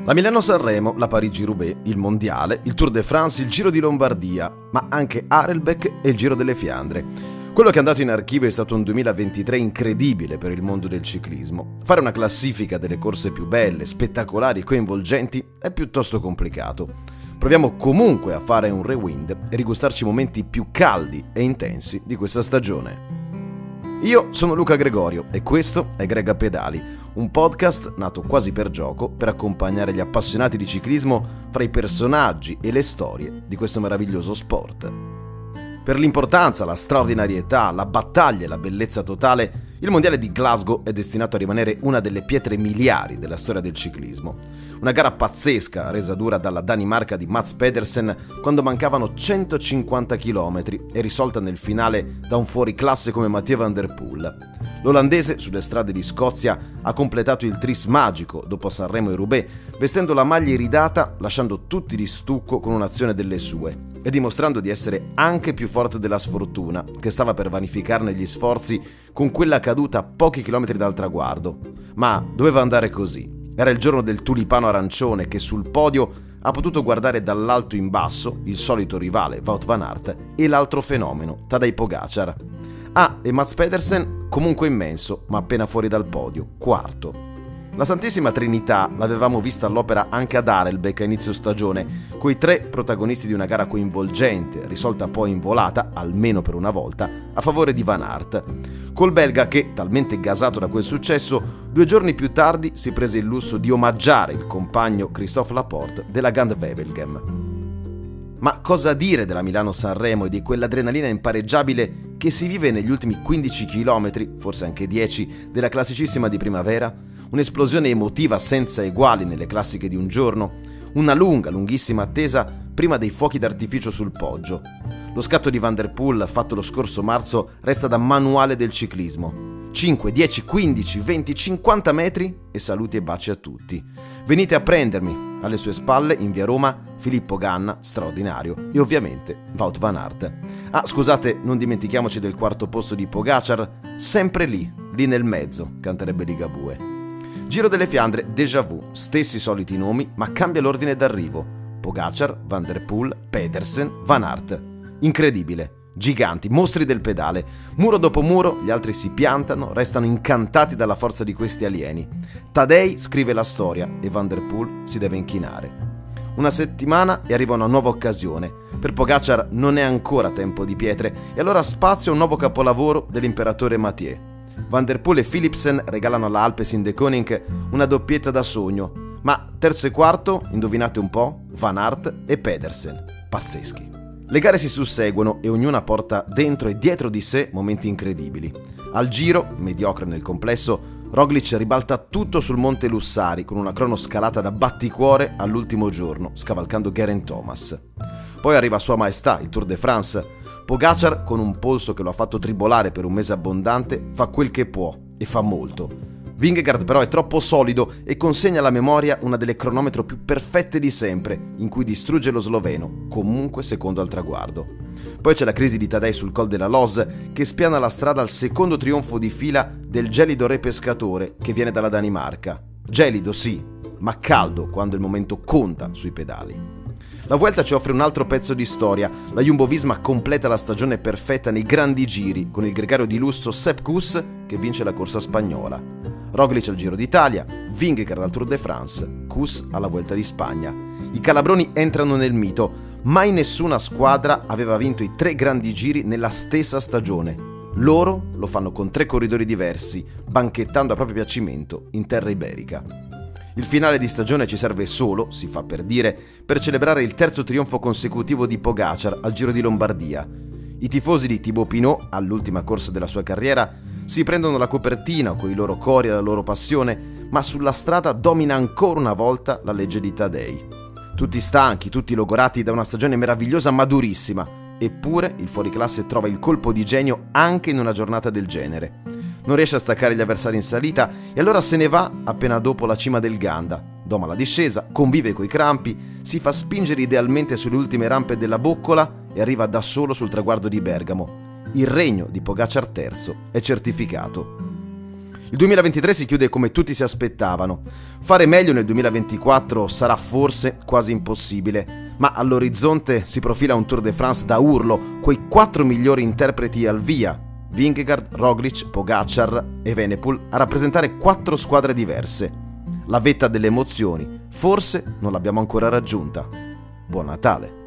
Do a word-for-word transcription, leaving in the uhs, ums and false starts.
La Milano-Sanremo, la Parigi-Roubaix, il Mondiale, il Tour de France, il Giro di Lombardia, ma anche Harelbeke e il Giro delle Fiandre. Quello che è andato in archivio è stato un duemilaventitré incredibile per il mondo del ciclismo. Fare una classifica delle corse più belle, spettacolari e coinvolgenti è piuttosto complicato. Proviamo comunque a fare un rewind e rigustarci i momenti più caldi e intensi di questa stagione. Io sono Luca Gregorio e questo è Greg a Pedali, un podcast nato quasi per gioco per accompagnare gli appassionati di ciclismo fra i personaggi e le storie di questo meraviglioso sport. Per l'importanza, la straordinarietà, la battaglia e la bellezza totale, il Mondiale di Glasgow è destinato a rimanere una delle pietre miliari della storia del ciclismo. Una gara pazzesca, resa dura dalla Danimarca di Mads Pedersen quando mancavano centocinquanta chilometri e risolta nel finale da un fuoriclasse come Mathieu van der Poel. L'olandese, sulle strade di Scozia, ha completato il tris magico dopo Sanremo e Roubaix, vestendo la maglia iridata, lasciando tutti di stucco con un'azione delle sue e dimostrando di essere anche più forte della sfortuna, che stava per vanificarne gli sforzi con quella caduta a pochi chilometri dal traguardo. Ma doveva andare così. Era il giorno del tulipano arancione che sul podio ha potuto guardare dall'alto in basso il solito rivale Wout van Aert e l'altro fenomeno, Tadej Pogacar. Ah, e Mads Pedersen comunque immenso, ma appena fuori dal podio, quarto. La Santissima Trinità l'avevamo vista all'opera anche ad Harelbeke a inizio stagione, coi tre protagonisti di una gara coinvolgente, risolta poi in volata, almeno per una volta, a favore di Van Aert. Col belga che, talmente gasato da quel successo, due giorni più tardi si prese il lusso di omaggiare il compagno Christophe Laporte della Gand-Wevelgem. Ma cosa dire della Milano-Sanremo e di quell'adrenalina impareggiabile che si vive negli ultimi quindici chilometri, forse anche dieci, della classicissima di primavera? Un'esplosione emotiva senza eguali nelle classiche di un giorno, una lunga, lunghissima attesa prima dei fuochi d'artificio sul poggio. Lo scatto di Van der Poel fatto lo scorso marzo resta da manuale del ciclismo. cinque, dieci, quindici, venti, cinquanta metri e saluti e baci a tutti. Venite a prendermi. Alle sue spalle, in via Roma, Filippo Ganna, straordinario, e ovviamente Wout van Aert. Ah, scusate, non dimentichiamoci del quarto posto di Pogacar, sempre lì, lì nel mezzo, canterebbe Ligabue. Giro delle Fiandre, déjà vu, stessi soliti nomi, ma cambia l'ordine d'arrivo. Pogacar, Van der Poel, Pedersen, Van Aert. Incredibile. Giganti, mostri del pedale. Muro dopo muro, gli altri si piantano, restano incantati dalla forza di questi alieni. Tadej scrive la storia e Van der Poel si deve inchinare. Una settimana e arriva una nuova occasione. Per Pogacar non è ancora tempo di pietre e allora spazio a un nuovo capolavoro dell'imperatore Mathieu. Van der Poel e Philipsen regalano alla Alpecin de Koning una doppietta da sogno, ma terzo e quarto, indovinate un po', Van Aert e Pedersen. Pazzeschi. Le gare si susseguono e ognuna porta dentro e dietro di sé momenti incredibili. Al Giro, mediocre nel complesso, Roglic ribalta tutto sul Monte Lussari con una cronoscalata da batticuore all'ultimo giorno, scavalcando Geraint Thomas. Poi arriva Sua Maestà, il Tour de France. Pogacar, con un polso che lo ha fatto tribolare per un mese abbondante, fa quel che può e fa molto. Vingegaard però è troppo solido e consegna alla memoria una delle cronometro più perfette di sempre, in cui distrugge lo sloveno, comunque secondo al traguardo. Poi c'è la crisi di Tadej sul Col della Loz, che spiana la strada al secondo trionfo di fila del gelido re pescatore che viene dalla Danimarca. Gelido sì, ma caldo quando il momento conta sui pedali. La Vuelta ci offre un altro pezzo di storia. La Jumbo-Visma completa la stagione perfetta nei grandi giri, con il gregario di lusso Sepp Kuss che vince la corsa spagnola. Roglic al Giro d'Italia, Vingegaard al Tour de France, Kuss alla Vuelta di Spagna. I calabroni entrano nel mito. Mai nessuna squadra aveva vinto i tre grandi giri nella stessa stagione. Loro lo fanno con tre corridori diversi, banchettando a proprio piacimento in terra iberica. Il finale di stagione ci serve solo, si fa per dire, per celebrare il terzo trionfo consecutivo di Pogacar al Giro di Lombardia. I tifosi di Thibaut Pinot, all'ultima corsa della sua carriera, si prendono la copertina con i loro cori e la loro passione, ma sulla strada domina ancora una volta la legge di Tadej. Tutti stanchi, tutti logorati da una stagione meravigliosa ma durissima, eppure il fuoriclasse trova il colpo di genio anche in una giornata del genere. Non riesce a staccare gli avversari in salita e allora se ne va appena dopo la cima del Ganda. Doma la discesa, convive coi crampi, si fa spingere idealmente sulle ultime rampe della boccola e arriva da solo sul traguardo di Bergamo. Il regno di Pogacar terzo è certificato. Il duemilaventitré si chiude come tutti si aspettavano. Fare meglio nel duemilaventiquattro sarà forse quasi impossibile, ma all'orizzonte si profila un Tour de France da urlo, quei quattro migliori interpreti al via, Vingegaard, Roglic, Pogacar e Evenepoel, a rappresentare quattro squadre diverse. La vetta delle emozioni forse non l'abbiamo ancora raggiunta. Buon Natale!